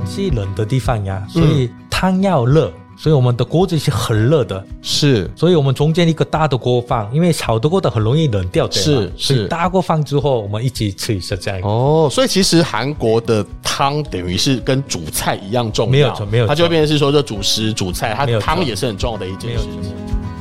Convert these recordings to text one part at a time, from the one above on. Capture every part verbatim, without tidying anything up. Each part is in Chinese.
是冷的地方呀，所以汤要热、嗯，所以我们的锅子是很热的， 是， 所以我们中间一个大的锅放，因为小的锅的很容易冷掉， 是是， 所以大锅放之后，我们一起吃一下这样。 哦，所以其实韩国的汤等于是跟主菜一样重要， 没有错，没有错， 它就变成是说这主食主菜，它汤也是很重要的一件事情。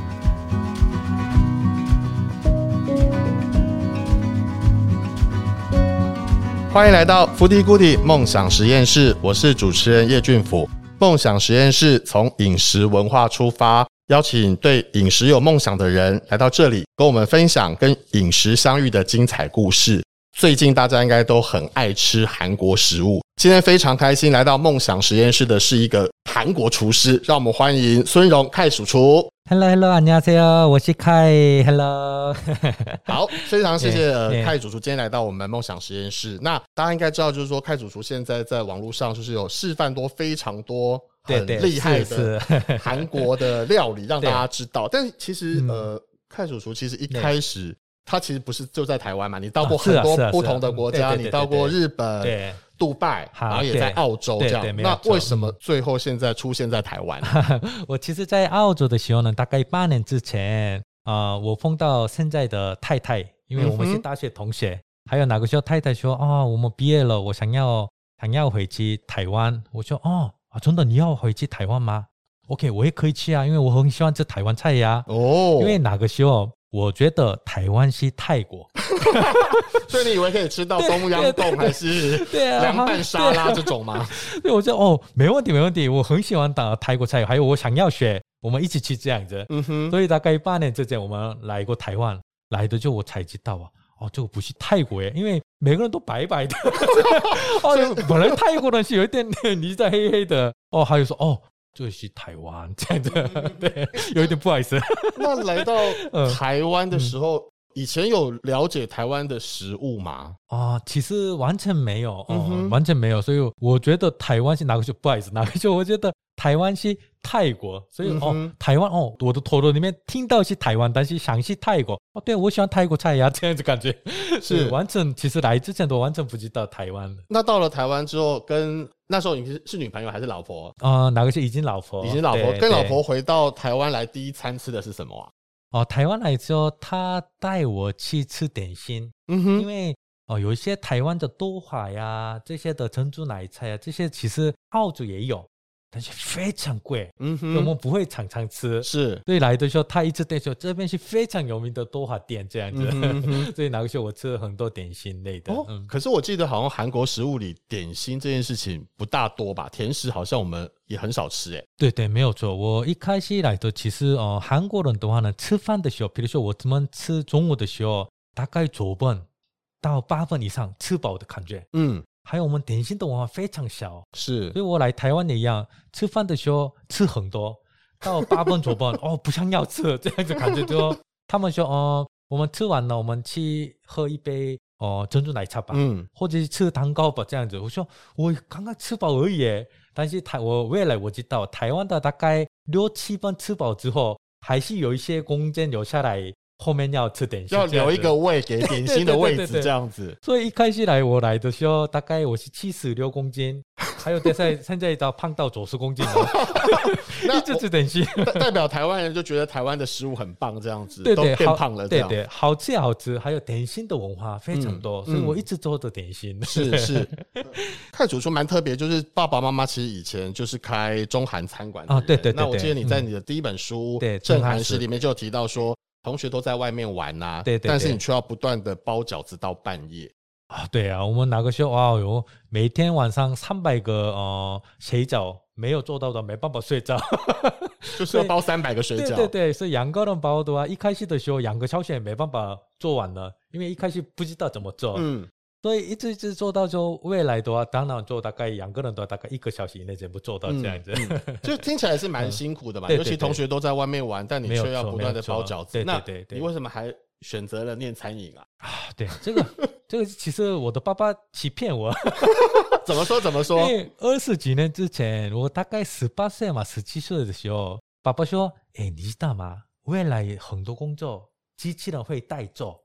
欢迎来到 Foodie Goodie 梦想实验室，我是主持人叶俊甫。梦想实验室从饮食文化出发，邀请对饮食有梦想的人来到这里，跟我们分享跟饮食相遇的精彩故事。最近大家应该都很爱吃韩国食物，今天非常开心来到梦想实验室的是一个韩国厨师，让我们欢迎孙荣凯主厨。 Hello Hello， 안녕하세요，我是凯 Hello 好，非常谢谢呃凯主厨今天来到我们梦想实验室。那大家应该知道，就是说凯主厨现在在网络上就是有示范多非常多很厉害的韩国的料理，让大家知道。但其实呃凯主厨其实一开始他其实不是就在台湾嘛，你到过很多不同的国家，啊啊啊、你到过日本、对杜拜，然后也在澳洲这样。那为什么最后现在出现在台湾？ 我其实在澳洲的时候呢，大概八年之前、呃、我碰到现在的太太，因为我们是大学同学、嗯、还有那个时候太太说哦，我们毕业了，我想要想要回去台湾。我说哦、啊、真的你要回去台湾吗？ OK， 我也可以去啊，因为我很喜欢吃台湾菜呀、啊哦、因为那个时候我觉得台湾是泰国所以你以为可以吃到冬阴功还是凉拌沙拉这种吗？ 对，我就哦，没问题没问题，我很喜欢打泰国菜，还有我想要学，我们一起去这样子、嗯、哼，所以大概八年之前我们来过台湾，来的就我才知道啊，哦，这个不是泰国耶，因为每个人都白白的哦，本来泰国人是有一点泥在黑黑的哦，还有说哦这是台湾这样子，对，有一点不好意思。 那来到台湾的时候、嗯，以前有了解台湾的食物吗？ 啊、呃，其实完全没有、呃嗯、完全没有，所以我觉得台湾是哪个就不好意思，哪个就我觉得台湾是泰国，所以、嗯、哦，台湾哦，我的头脑里面听到是台湾，但是想是泰国哦，对，我喜欢泰国菜呀，这样子感觉是完全，其实来之前都完全不知道台湾的。 那到了台湾之后，跟那时候你 是, 是女朋友还是老婆？ 啊、呃，哪个是已经老婆？ 已经老婆，跟老婆回到台湾来，第一餐吃的是什么啊？ 哦，台湾来之后，他带我去吃点心，嗯哼，因为哦，有一些台湾的豆花呀，这些的珍珠奶茶呀，这些其实澳洲也有，但是非常贵，嗯哼，我们不会常常吃， 是， 所以来的时候，他一直带说这边是非常有名的豆花店这样子，嗯哼所以那个时候我吃了很多点心类的、哦嗯。可是我记得好像韩国食物里点心这件事情不大多吧？甜食好像我们也很少吃诶。 对对，没有错。我一开始来的其实呃，韩国人的话呢，吃饭的时候，比如说我们吃中午的时候，大概九份到八份以上吃饱的感觉。嗯，还有我们点心的文化非常小， 是， 所以我来台湾也一样，吃饭的时候吃很多，到八份九份哦，不想要吃这样子感觉就，他们说哦、呃，我们吃完了，我们去喝一杯。哦，珍珠奶茶吧，嗯，或者是吃蛋糕吧，这样子。我说我刚刚吃饱而已耶，但是台我未来我知道台湾的大概六七分吃饱之后，还是有一些空间留下来，后面要吃点心， 要留一个位给点心的位置，这样子。对对对对对， 所以一开始来我来的时候，大概我是七十六公斤，还有现在现在到胖到九十公斤了，一直吃点心， 代表台湾人就觉得台湾的食物很棒，这样子，对对，都变胖了这样， 对对，好吃好吃，还有点心的文化非常多，嗯、所以我一直做的点心。 嗯、是是，看主厨蛮特别，就是爸爸妈妈其实以前就是开中韩餐馆的人啊， 对对 对, 对。 那我记得你在你的第一本书《正韩史》里面就有提到说，同学都在外面玩呐、啊，对对对，但是你却要不断的包饺子到半夜。 啊，对啊，我们那个时候哇哟，每天晚上三百个呃水饺没有做到的，没办法睡觉， 就是要包三百个水饺。 对对对，所以两个人包的话，一开始的时候两个小时也没办法做完了，因为一开始不知道怎么做，嗯，所以一直一直做到就未来的话，当然做大概两个人的大概一个小时以内全部做到这样子，嗯嗯、 就听起来是蛮辛苦的嘛、嗯。尤其同学都在外面玩，但你却要不断的包饺子， 对对 对, 对, 对， 你为什么还选择了念餐饮啊？ 啊，对，这个这个其实我的爸爸欺骗我， 怎么说怎么说？ 因为二十几年之前，我大概十八岁嘛，十七岁的时候，爸爸说：“哎，你知道吗？未来很多工作机器人会代做，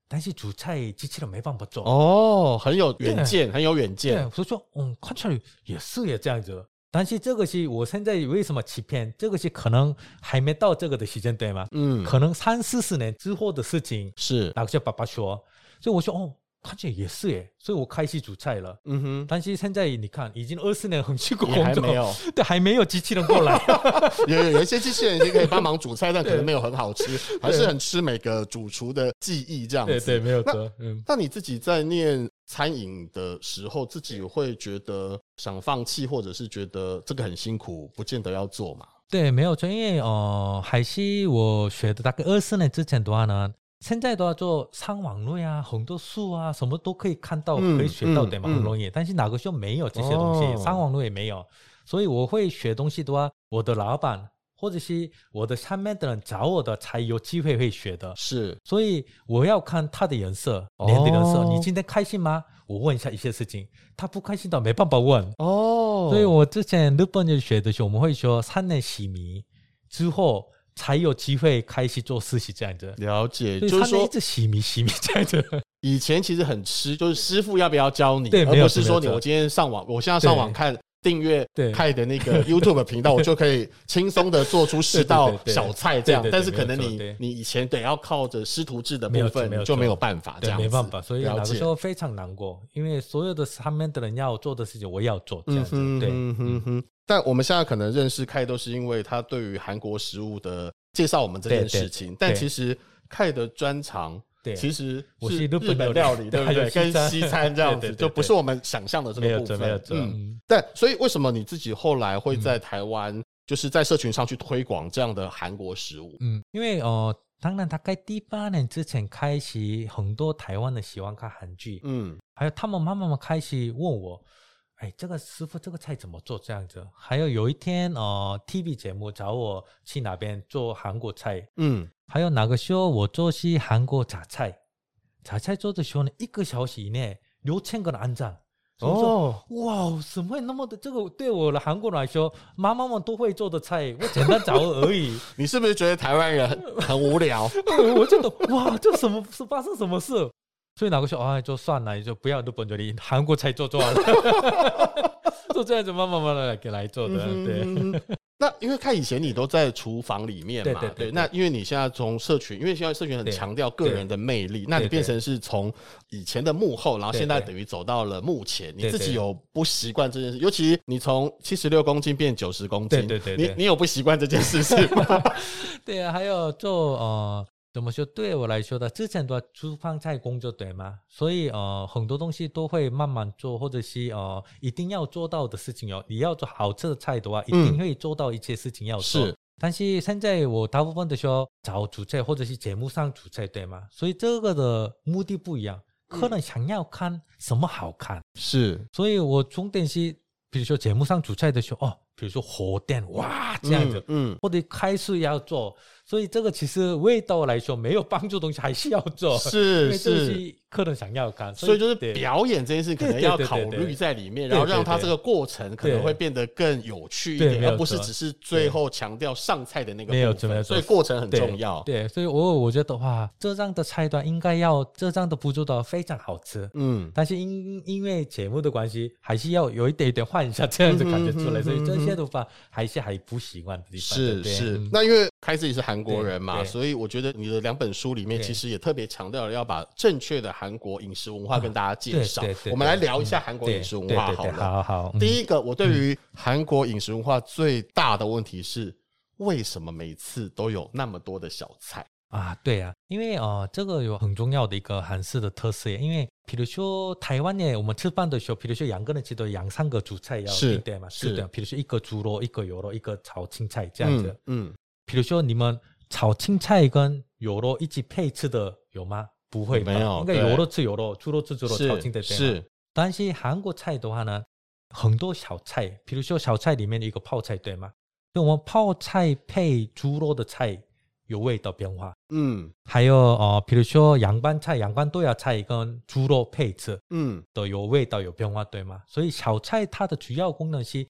但是煮菜机器人没办法做。 哦，很有远见，很有远见。 所以说，嗯，看起来也是也这样子。但是这个是我现在为什么欺骗？这个是可能还没到这个的时间对吗？嗯，可能三四十年之后的事情。 是， 那个爸爸说，所以我说哦。看起来也是耶，所以我开始煮菜了。嗯哼，但是现在你看，已经二十年很辛苦工作， 还没有， 对，还没有机器人过来。 有有一些机器人已经可以帮忙煮菜，但可能没有很好吃，还是很吃每个主厨的技艺这样子。 对对，没有错。 嗯，那你自己在念餐饮的时候，自己会觉得想放弃，或者是觉得这个很辛苦，不见得要做嘛？ 对，没有错，因为呃，还是我学的大概二十年之前的话呢。现在都要做上网络啊，很多书啊，什么都可以看到，嗯、可以学到，对吗？嗯、很容易。但是哪个时候没有这些东西，哦、上网络也没有，所以我会学东西的话，我的老板或者是我的下面的人找我的，才有机会会学的。 是， 所以我要看他的颜色，脸的颜色。哦、你今天开心吗？我问一下一些事情，他不开心的没办法问。哦，所以我之前日本就学的时候，我们会说三年洗米之后。才有机会开始做实习这样子。 了解，就是说一直洗米洗米这样子。 以前其实很吃，就是师傅要不要教你，而不是说你我今天上网，我现在上网看订阅开的那个 YouTube 频道，我就可以轻松的做出十道小菜这样。但是可能你你以前得要靠着师徒制的部分，就没有办法这样子。 没办法，所以那个时候非常难过，因为所有的上面的人要做的事情，我也要做这样子。对。嗯哼哼。 但我们现在可能认识Kai都是因为他对于韩国食物的介绍我们这件事情，但其实Kai的专长其实是日本料理，对不对？跟西餐这样子，就不是我们想象的这个部分。 没有错， 嗯。但所以为什么你自己后来会在台湾，就是在社群上去推广这样的韩国食物？ 嗯，因为呃，当然大概第八年之前开始，很多台湾的喜欢看韩剧，嗯，还有他们慢慢慢开始问我。哎，这个师傅这个菜怎么做这样子？还有有一天呃 T V 节目找我去哪边做韩国菜，嗯，还有哪个时候我做是韩国杂菜，杂菜做的时候呢，一个小时以内六千个人按赞。哦，哇，怎么会那么的？这个对我的韩国人来说，妈妈们都会做的菜，我简单找而已。 你是不是觉得台湾人很很无聊？ 我觉得哇，这什么是发生什么事？所以哪个时候哎，就算了，就不要日本料理，韩国菜做做完了，就这样子慢慢慢慢来给来做的。对，嗯、 那因为看以前你都在厨房里面嘛，对对 对, 对, 对。那因为你现在从社群，因为现在社群很强调个人的魅力，那你变成是从以前的幕后，然后现在等于走到了幕前，你自己有不习惯这件事？尤其你从七十六公斤变九十公斤，对对对，你你有不习惯这件事情吗？ 对啊，还有做呃。怎么说？对我来说的，之前都在厨房在工作，对吗？所以呃，很多东西都会慢慢做，或者是呃，一定要做到的事情哦。你要做好吃的菜的话，一定会做到一些事情要做。嗯、是，但是现在我大部分的时候找主菜，或者是节目上主菜，对吗？所以这个的目的不一样，客人想要看什么好看， 是。 所以我重点是，比如说节目上主菜的时候，哦，比如说火电，哇，这样子，嗯，嗯或者开水要做。所以这个其实味道来说没有帮助的东西还是要做， 是是客人想要看， 所以就是表演这件事可能要考虑在里面，然后让它这个过程可能会变得更有趣一点，而不是只是最后强调上菜的那个部分。所以过程很重要。 对，所以我我觉得哇，这样的菜单应该要这样的步骤的非常好吃，嗯，但是因因为节目的关系，还是要有一点一点换一下这样子感觉出来，所以这些的话还是还不习惯的地方。 是是，那因为开自己是韩国人嘛，所以我觉得你的两本书里面其实也特别强调了要把正确的韩国饮食文化跟大家介绍。我们来聊一下韩国饮食文化好了。 好好。 第一个，我对于韩国饮食文化最大的问题是，为什么每次都有那么多的小菜啊？对啊，因为呃，这个有很重要的一个韩式的特色，因为比如说台湾呢，我们吃饭的时候，比如说两个人吃的两三个主菜要对对嘛，是的，比如说一个猪肉，一个油肉，一个炒青菜这样子，嗯。嗯比如说你们炒青菜跟油肉一起配吃的有吗？不会吧， 没有， 应该油肉吃油肉，猪肉吃猪肉，炒青菜是。 但是韩国菜的话呢，很多小菜，比如说小菜里面的一个泡菜，对吗？就我们泡菜配猪肉的菜有味道变化，嗯，还有呃，比如说凉拌菜、凉拌豆芽菜跟猪肉配吃，嗯，都有味道有变化，对吗？所以小菜它的主要功能是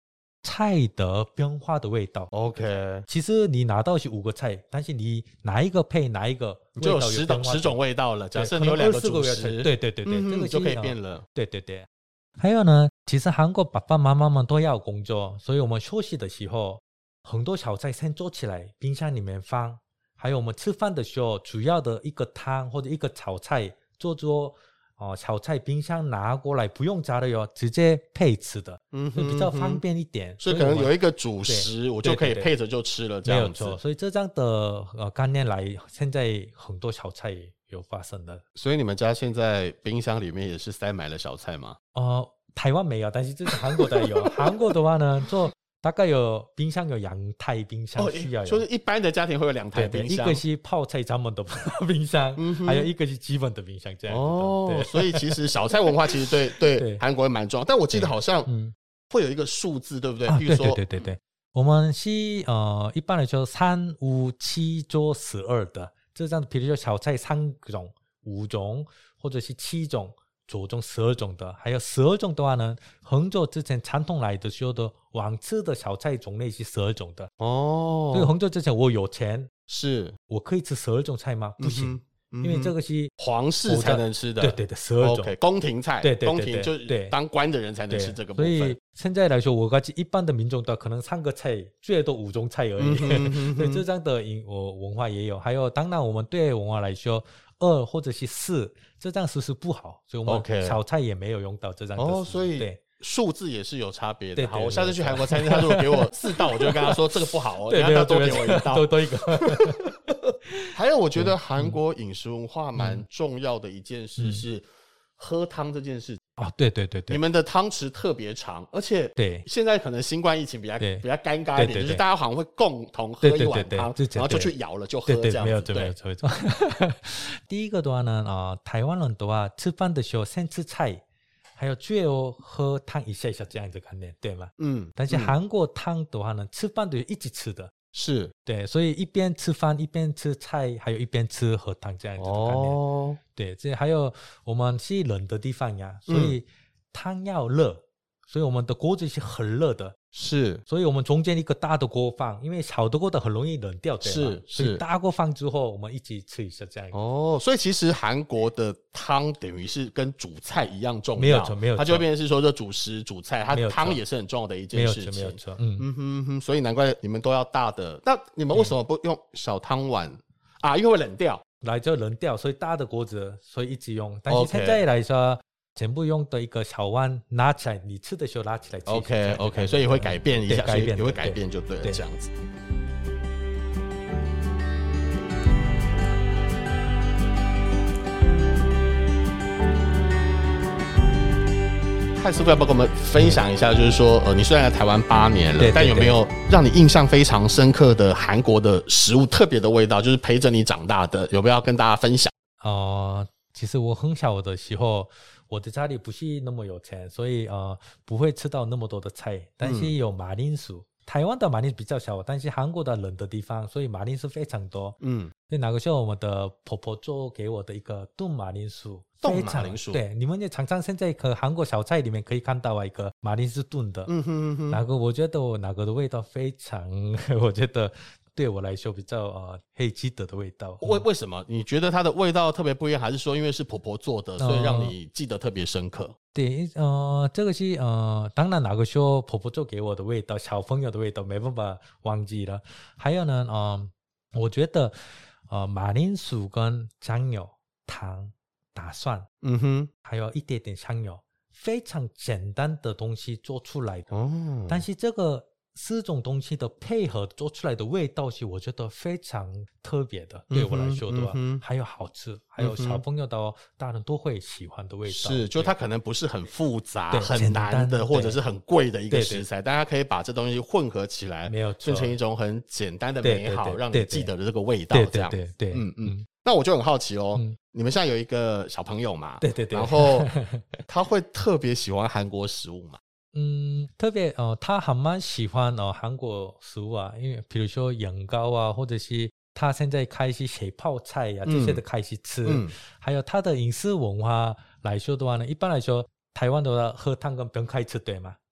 菜的变化的味道。 OK， 其实你拿到是五个菜，但是你哪一个配哪一个你就有十种十种味道了。假设你有两个主食， 对对对对、嗯、这个就可以变了。 对对对。还有呢，其实韩国爸爸妈妈们都要工作，所以我们休息的时候很多小菜先做起来冰箱里面放，还有我们吃饭的时候主要的一个汤或者一个炒菜做做哦，炒菜冰箱拿过来不用加的哟，直接配吃的，嗯，会比较方便一点。 所以可能有一个主食，我就可以配着就吃了，这样子。 没有错，所以这样的呃概念来，现在很多小菜有发生的。 所以你们家现在冰箱里面也是塞满了小菜吗？ 呃，台湾没有，但是这是韩国的有。韩国的话呢，做大概有冰箱有两台冰箱需要有， 就是一般的家庭会有两台冰箱， 对对，一个是泡菜专门的冰箱，嗯、还有一个是基本的冰箱这样子。 哦，所以其实小菜文化其实对对韩国蛮重要，但我记得好像会有一种数字，对不对？比如说， 对对对对对，我们是呃一般来说三五七做十二的，这样，比如说小菜三种、五种或者是七种。左种十二种的，还有十二种的话呢，很久之前传统来的时候的往吃的小菜种类是十二种的哦。所以很久之前我有钱， 是我可以吃十二种菜吗？不行，嗯、因为这个是皇室才能吃的。 对对对，十二种。 Okay, 宫廷菜， 对对对宫廷就是当官的人才能吃这个部分。 所以现在来说，我感觉一般的民众的可能三个菜，最多五种菜而已。嗯、所以这样的我文化也有，还有当然我们对文化来说。二或者是四，这样是不是不好？所以我们小菜也没有用到这样的哦，所以对数字也是有差别的。对对对对，好，我下次去韩国餐厅，他如果给我四道，我就跟他说这个不好哦， 对， 他多给我一道， 多多一个。 还有，我觉得韩国饮食文化蛮重要的一件事是喝汤这件事。 哦，对对对对， 你们的汤匙特别长，而且对现在可能新冠疫情比较比较尴尬一点，就是大家好像会共同喝一碗汤，然后就去舀了就喝这样子。 没有错，没有错，没错。第一个的话呢，啊、呃，台湾人的话，吃饭的时候先吃菜，还有最后喝汤一下一下这样的概念，对吗？嗯。但是韩国汤的话呢，吃饭的一起吃的。 是对，所以一边吃饭一边吃菜，还有一边吃喝汤这样子的概念。哦，对，这还有我们是冷的地方呀，所以汤要热，嗯、所以我们的锅子是很热的。 是， 所以我们中间一个大的锅放，因为小的锅的很容易冷掉，对吗？ 是， 所以大锅放之后，我们一起吃一下这样。 哦，所以其实韩国的汤等于是跟主菜一样重要， 没有错，没有错， 它就变成是说这主食、主菜，它汤也是很重要的一件事情， 没有错，没有错，嗯嗯哼哼，所以难怪你们都要大的。那你们为什么不用小汤碗、嗯、啊？因为会冷掉， 来就冷掉，所以大的锅子，所以一直用。但是现在来说。Okay.全部用的一个小碗拿起来，你吃的时候拿起来吃。 OK OK， 所以会改变一下，所以也会改变就对了，这样子。蔡师傅要不要跟我们分享一下？就是说，呃，你虽然来台湾八年了，对对对，但有没有让你印象非常深刻的韩国的食物特别的味道？就是陪着你长大的，有没有要跟大家分享？ 哦、呃，其实我很小的时候。我的家里不是那么有钱，所以呃不会吃到那么多的菜，但是有马铃薯。嗯、台湾的马铃薯比较小，但是韩国的冷的地方，所以马铃薯非常多。嗯，所以那个时候我们的婆婆做给我的一个炖马铃薯， 炖马铃薯， 对，你们也常常现在可韩国小菜里面可以看到一个马铃薯炖的。嗯哼嗯哼，那个我觉得我那个的味道非常，我觉得。对我来说比较呃可以记得的味道。 为为什么你觉得它的味道特别不一样？还是说因为是婆婆做的，所以让你记得特别深刻？呃、 对，呃，这个是呃，当然那个时候婆婆做给我的味道，小朋友的味道没办法忘记了。还有呢，呃，我觉得呃马铃薯跟酱油、糖、大蒜，嗯哼，还有一点点香油，非常简单的东西做出来的。哦，但是这个。四种东西的配合做出来的味道是我觉得非常特别的，对我来说的话、嗯、还有好吃，还有小朋友的、哦、大人都会喜欢的味道。 是，就它可能不是很复杂很难的或者是很贵的一个食材，大家可以把这东西混合起来，没有变成一种很简单的美好，对对对，让你记得的这个味道，这样。对对 对, 对, 对，嗯嗯。那我就很好奇哦、嗯，你们现在有一个小朋友嘛？ 对对对， 然后他会特别喜欢韩国食物吗？ 嗯，特别呃，他还蛮喜欢呃韩国食物啊，因为比如说羊羔啊，或者是他现在开始写泡菜呀、啊，这些的开始吃、嗯嗯，还有他的饮食文化来说的话呢，一般来说台湾的话喝汤跟不用开吃对吗？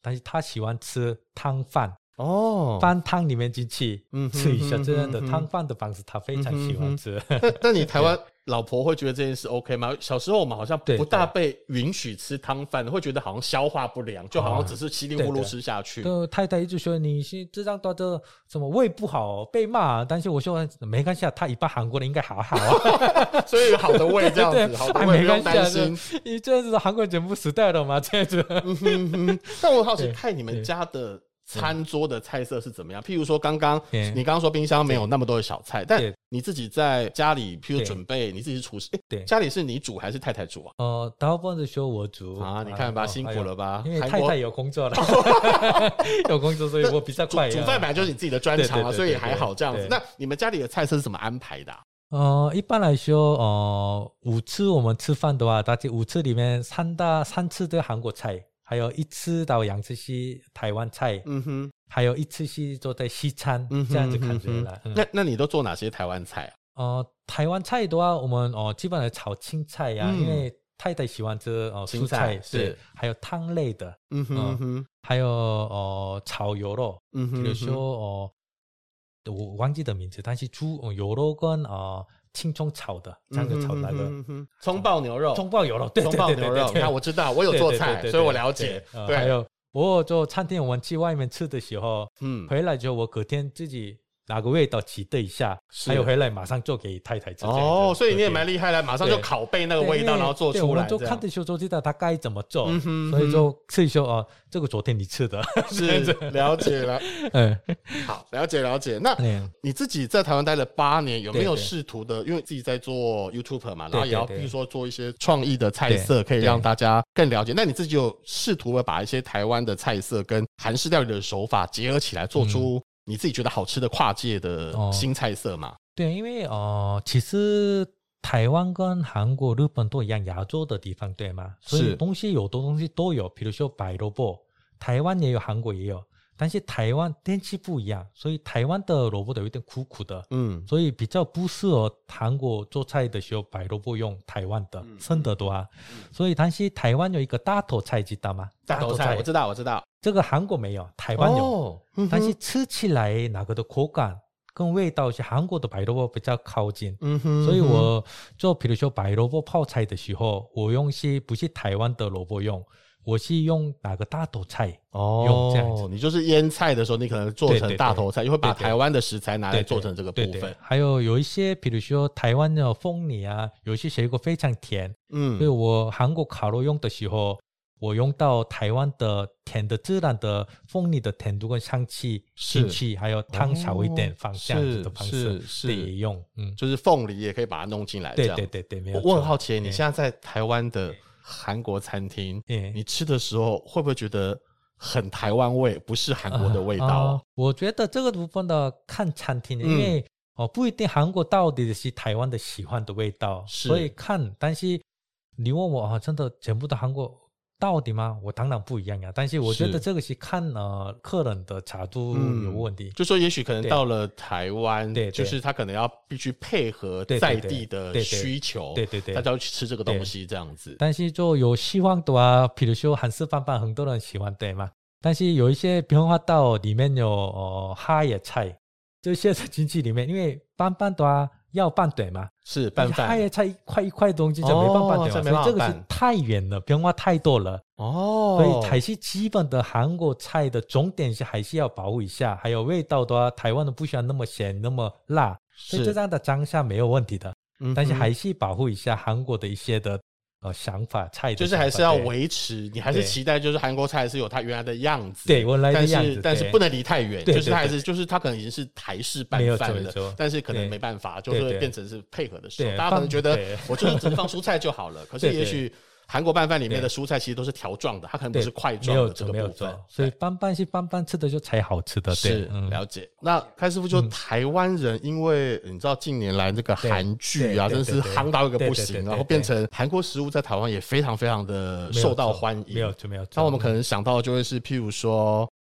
但是他喜欢吃汤饭哦， 饭汤里面进去、嗯、吃一下这样的汤饭的方式，他非常喜欢吃。 那、嗯、那你台湾老婆会觉得这件事 OK 吗？小时候我们好像不大被允许吃汤饭，会觉得好像消化不良，就好像只是稀里糊涂吃下去。 对，太太一直说你是这样多的什么胃不好被骂，但是我说没关系啊，他一般韩国人应该好好啊， 所以有好的胃这样子，好的胃不用担心。 你这样子韩国人不时代了吗？这样子。 嗯哼哼，但我好奇看你们家的餐桌的菜色是怎么样？譬如说，刚刚你刚刚说冰箱没有那么多的小菜，但你自己在家里，譬如准备，你自己是厨师，对，家里是你煮还是太太煮啊？ 呃，大部分的时候我煮啊，你看吧，辛苦了吧？ 因为太太有工作了，有工作，所以我比较快。 煮饭本来就是你自己的专长啊，所以还好这样子。那你们家里的菜色是怎么安排的？ 呃，一般来说，呃，五次我们吃饭的话，大概五次里面三大三次的韩国菜。还有一次到两次是台湾菜，嗯哼，还有一次是做在西餐，嗯、这样子感觉了。 嗯、那那你都做哪些台湾菜啊？呃，台湾菜的话，我们哦、呃、基本上炒青菜呀、啊嗯，因为太太喜欢吃哦蔬菜，是还有汤类的，嗯哼嗯哼，还有哦、呃、炒牛肉，嗯哼，比如说哦、呃，我忘记的名字，但是猪、呃、牛肉跟呃。青葱炒的，这样子炒那个葱爆牛肉， 葱爆牛肉，对对对对对， 你看我知道，我有做菜，所以我了解。 对，还有我做餐厅，我们去外面吃的时候，嗯，回来之后我隔天自己拿个味道起对一下，还有回来马上做给太太吃。 哦，所以你也蛮厉害的，马上就拷贝那个味道，然后做出来。我们就看的时候就知道他该怎么做，所以就吃一下哦，这个昨天你吃的， 是了解了。嗯，好，了解了解。那你自己在台湾待了八年，有没有试图的？因为自己在做 YouTuber 嘛，然后也要比如说做一些创意的菜色，可以让大家更了解。那你自己有试图的把一些台湾的菜色跟韩式料理的手法结合起来，做出你自己觉得好吃的跨界的新菜色吗？ 哦、对，因为呃，其实台湾跟韩国、日本都一样，亚洲的地方，对吗？所以东西有的东西都有，比如说白萝卜，台湾也有，韩国也有，但是台湾天气不一样，所以台湾的萝卜都有点苦苦的，嗯，所以比较不适合韩国做菜的时候，白萝卜用台湾的生的多啊、嗯，所以但是台湾有一个大头菜，知道吗？ 大头菜我知道，我知道。 这个韩国没有，台湾有，哦嗯、但是吃起来那个的口感跟味道是韩国的白萝卜比较靠近，嗯哼，所以我做比如说白萝卜泡菜的时候，我用是不是台湾的萝卜用，我是用哪个大头菜哦，用这样子。你就是腌菜的时候，你可能做成大头菜，因为把台湾的食材拿来做成这个部分。对对对， 还有有一些比如说台湾的凤梨啊，有一些水果非常甜，嗯，所以我韩国烤肉用的时候。我用到台湾的甜的自然的凤梨的甜度跟香气进去，还有汤少一点，放这样子的方式也用， 嗯，就是凤梨也可以把它弄进来。 对对对对，没有。 我很好奇，你现在在台湾的韩国餐厅，你吃的时候会不会觉得很台湾味，不是韩国的味道、啊呃呃？ 我觉得这个部分的看餐厅，因为、嗯哦、不一定韩国到底是台湾的喜欢的味道，所以看。但是你问我啊，真的全部的韩国。到底吗？我当然不一样呀，但是我觉得这个是看呃客人的角度有问题、嗯、 就说也许可能到了台湾，对，就是他可能要必须配合在地的需求，对对对，大家要去吃这个东西这样子。 但是就有希望的啊，比如说韩式饭饭很多人喜欢，对吗？但是有一些变化到里面有呃哈野菜，这些经济里面，因为拌拌的啊。要拌对吗？ 是拌饭， 它也才一块一块东西就没办法对、哦、所以这个是太远了，变化太多了哦。所以还是基本的韩国菜的重点是还是要保护一下，还有味道的话，台湾的不喜欢那么咸那么辣，所以这样的当下没有问题的、嗯。但是还是保护一下韩国的一些的呃想法菜的想法， 就是还是要维持，你还是期待就是韩国菜是有它原来的样子， 对，原来的样子， 但是但是不能离太远，就是它还是就是它可能已经是台式拌饭了，但是可能没办法，就是会变成是配合的时候，大家可能觉得我就是只放蔬菜就好了，可是也许韩国拌饭里面的蔬菜其实都是条状的，它可能不是块状的这个部分， 所以拌拌是拌拌吃的就才好吃的， 是、嗯、了解。那开师傅就台湾人，因为你知道近年来这个韩剧啊，真是夯到一个不行，然后变成韩国食物在台湾也非常非常的受到欢迎， 没有就没有。 那我们可能想到就会是譬如说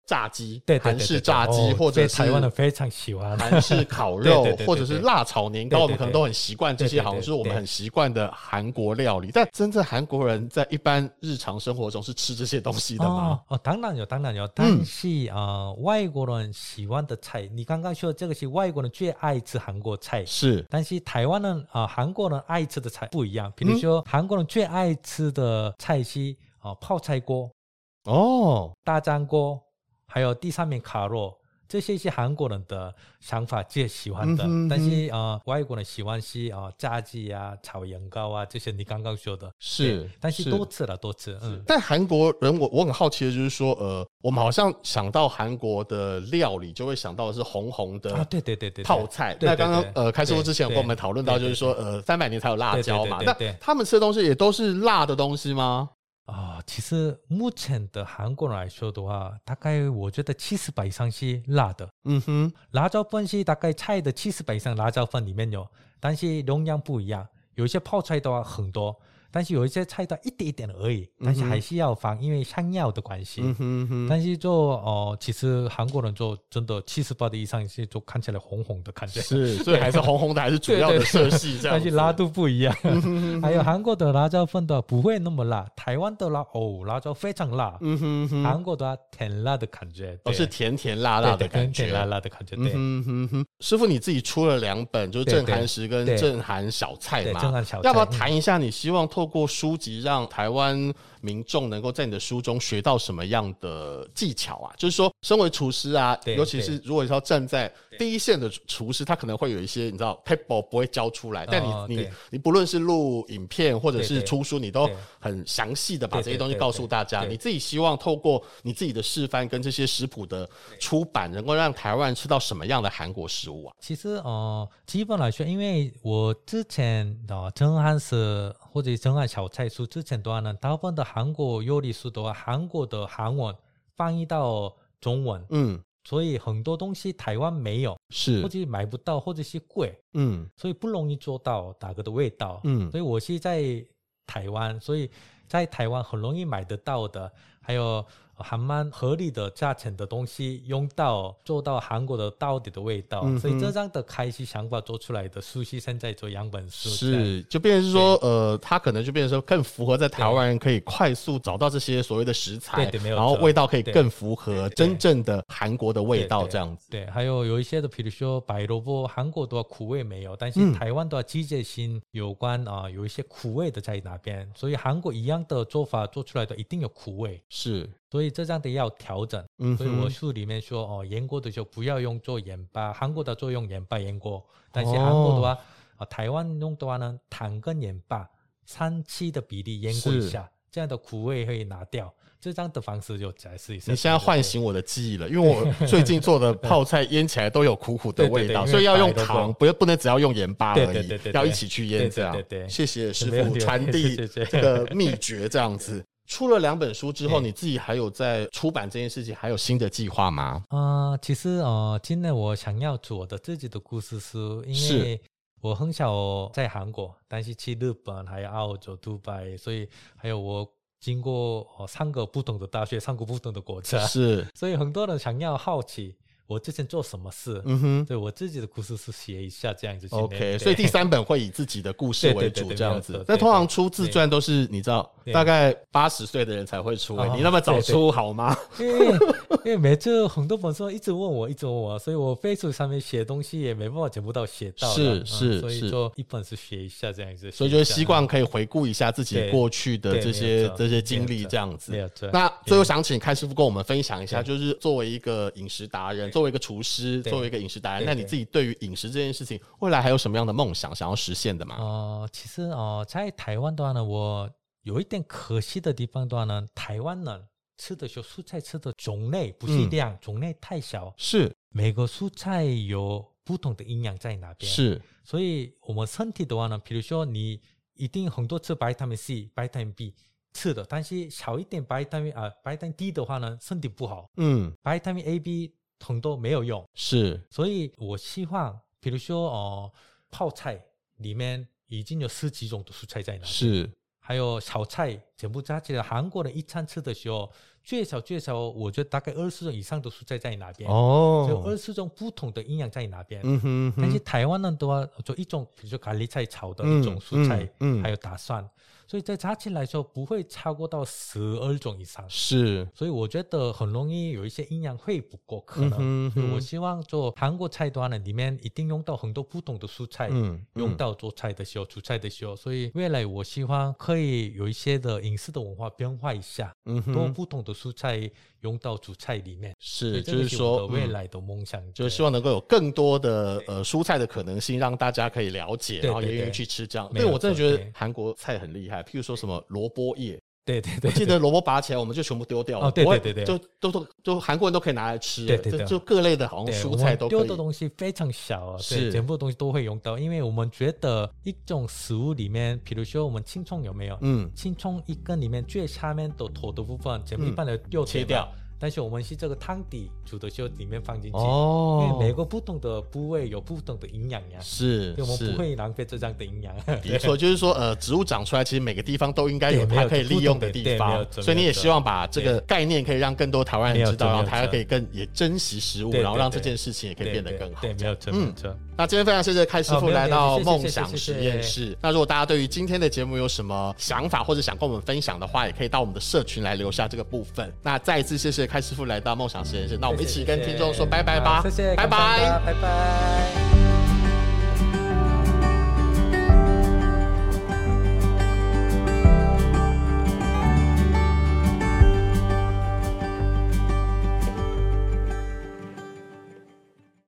炸鸡， 对韩式炸鸡， 哦、 或者是台湾人非常喜欢韩式烤肉，或者是辣炒年糕，我们可能都很习惯这些，好像是我们很习惯的韩国料理。但真正韩国人在一般日常生活中是吃这些东西的吗？ 哦，哦当然有，当然有。但是啊、嗯呃，外国人喜欢的菜，你刚刚说这个是外国人最爱吃韩国菜， 是。 但是台湾人啊、呃，韩国人爱吃的菜不一样。比如说，韩国人最爱吃的菜是啊、呃、泡菜锅。 哦， 大酱锅，还有第三面烤肉，这些是韩国人的想法最喜欢的。嗯、但是呃，外国人喜欢是啊、呃、炸鸡啊、炒年糕啊这些，你刚刚说的是， 但是多吃了多吃。嗯， 但韩国人我我很好奇的就是说，呃，我们好像想到韩国的料理，就会想到的是红红的啊， 对对对对泡菜。那刚刚呃开师傅之前有跟我们讨论到，就是说呃三百年才有辣椒嘛，那他们吃的东西也都是辣的东西吗？ 啊、哦，其实目前的韩国人来说的话，大概我觉得七十以上是辣的。 嗯哼， 辣椒粉是大概菜的七十以上辣椒粉里面有，但是容量不一样，有一些泡菜的话很多。但是有一些菜单一点一点而已，但是还是要放，因为香料的关系。 嗯哼哼， 但是就哦、呃，其实韩国人就真的七十八的以上是就看起来红红的感觉， 是，所以还是红红的还是主要的色系这样子。 但是辣度不一样。还有韩国的辣椒粉的不会那么辣，台湾的辣哦辣椒非常辣。 嗯哼哼， 韩国的甜辣的感觉， 哦是甜甜辣辣的感觉， 甜辣辣的感觉。对， 嗯哼哼，师傅你自己出了两本，就是正韩食跟正韩小菜嘛， 正韩小菜， 要不要谈一下你希望透过书籍让台湾民众能够在你的书中学到什么样的技巧啊？就是说，身为厨师啊，尤其是如果要站在第一线的厨师，他可能会有一些你知道 paper 不会教出来，但你、哦、你你不论是录影片或者是出书，你都很详细的把这些东西告诉大家。你自己希望透过你自己的示范跟这些食谱的出版，能够让台湾人吃到什么样的韩国食物啊？ 其实呃，基本来说，因为我之前的正韩食或者正韩小菜书之前的话呢，大部分的韩国料理书的话，韩国的韩文翻译到中文，嗯，所以很多东西台湾没有， 是或者买不到，或者是贵，嗯，所以不容易做到大哥的味道，嗯，所以我是在台湾，所以在台湾很容易买得到的，还有还蛮合理的价钱的东西用到做到韩国的到底的味道、嗯、所以这样的开始想法做出来的书是现在做样本书， 是就变成是说呃，它可能就变成说更符合在台湾人可以快速找到这些所谓的食材， 对对， 然后味道可以更符合真正的韩国的味道这样子。 对, 对, 对, 对，还有有一些的比如说白萝卜韩国的苦味没有，但是台湾的季节性有关啊、呃，有一些苦味的在那边，所以韩国一样的做法做出来的一定有苦味， 是， 所以这样的要调整、嗯、所以我书里面说哦，盐锅的时候不要用做盐巴，韩国的做用盐巴盐锅，但是韩国的话、哦呃、台湾用的话呢，糖跟盐巴三七的比例腌过一下，这样的苦味可以拿掉，这样的方式就再试一试。 你现在唤醒我的记忆了，因为我最近做的泡菜腌起来都有苦苦的味道，对对对，所以要用糖，不不能只要用盐巴而已，对对对对对，要一起去腌这样。对对对对，谢谢师傅传递这个秘诀这样子。出了两本书之后，你自己还有在出版这件事情还有新的计划吗？ 呃，其实呃，今年我想要做的自己的故事书，因为我很少在韩国，但是去日本还有澳洲、杜拜，所以还有我经过、呃、三个不同的大学，三个不同的国家， 是， 所以很多人想要好奇我之前做什么事，嗯哼，对我自己的故事是写一下这样子。 OK， 所以第三本会以自己的故事为主这样子。但通常出自传都是你知道，大概八十岁的人才会出、欸，你那么早出好吗？ 因为因为每次很多粉丝一直问我，一直问我，所以我 Facebook 上面写东西也没办法全部都写到， 是是、嗯， 所以就一本是写一下这样子。 所以就希望可以回顾一下自己过去的这些这些经历这样子。那最后想请开师傅跟我们分享一下，就是作为一个饮食达人。作为一个厨师，作为一个饮食达人，那你自己对于饮食这件事情，未来还有什么样的梦想想要实现的吗？ 呃，其实呃，在台湾的话呢，我有一点可惜的地方的话呢，台湾人吃的时候蔬菜吃的种类不是量、嗯，种类太小， 是每个蔬菜有不同的营养在那边， 是， 所以我们身体的话呢，比如说你一定很多吃维他命 C、维他命 B。吃的，但是少一点维他命啊，维他命 D 的话呢，身体不好。嗯，维他命 A、B 很多没有用， 是， 所以我希望，比如说哦、呃，泡菜里面已经有十几种的蔬菜在那里， 是， 还有小菜全部加起来，韩国人一餐吃的时候， 最少最少我觉得大概二十种以上的蔬菜在那边哦，就二十种不同的营养在那边。嗯哼哼，但是台湾人的话就一种，比如说咖喱菜炒的一种蔬菜，嗯嗯嗯、还有大蒜，所以在加起来说不会超过到十二种以上。 是， 所以我觉得很容易有一些营养会不够，可能、嗯、所以我希望做韩国菜端呢里面一定用到很多不同的蔬菜，嗯嗯、用到做菜的时候煮菜的时候，所以未来我希望可以有一些的饮食的文化变化一下，嗯、多不同的蔬菜用到煮菜里面。 是，就是说未来的梦想、嗯、 就是希望能够有更多的呃蔬菜的可能性让大家可以了解，然后也愿意去吃这样。因为我真的觉得韩国菜很厉害，譬如说什么萝卜叶， 对对 对, 对， 我记得萝卜拔起来我们就全部丢掉了， 哦，对对对对， 就都都就韩国人都可以拿来吃， 对对对， 就各类的好像蔬菜都可以。 丢的东西非常小啊，是全部东西都会用到，因为我们觉得一种食物里面，比如说我们青葱有没有？嗯，青葱一根里面最下面的头的部分，全部一般的丢切掉。 但是我们是这个汤底煮的时候里面放进去，哦，因为每个不同的部位有不同的营养呀， 是， 我们不会浪费这样的营养。 没错，就是说，呃，植物长出来，其实每个地方都应该有它可以利用的地方，所以你也希望把这个概念可以让更多台湾人知道，然后台湾可以更也珍惜食物，然后让这件事情也可以变得更好。 对，没有错，嗯。 那今天非常谢谢开师傅来到梦想实验室。那如果大家对于今天的节目有什么想法或者想跟我们分享的话，也可以到我们的社群来留下这个部分。那再一次谢谢开师傅来到梦想实验室。那我们一起跟听众说拜拜吧， 谢谢， 拜拜， 拜拜。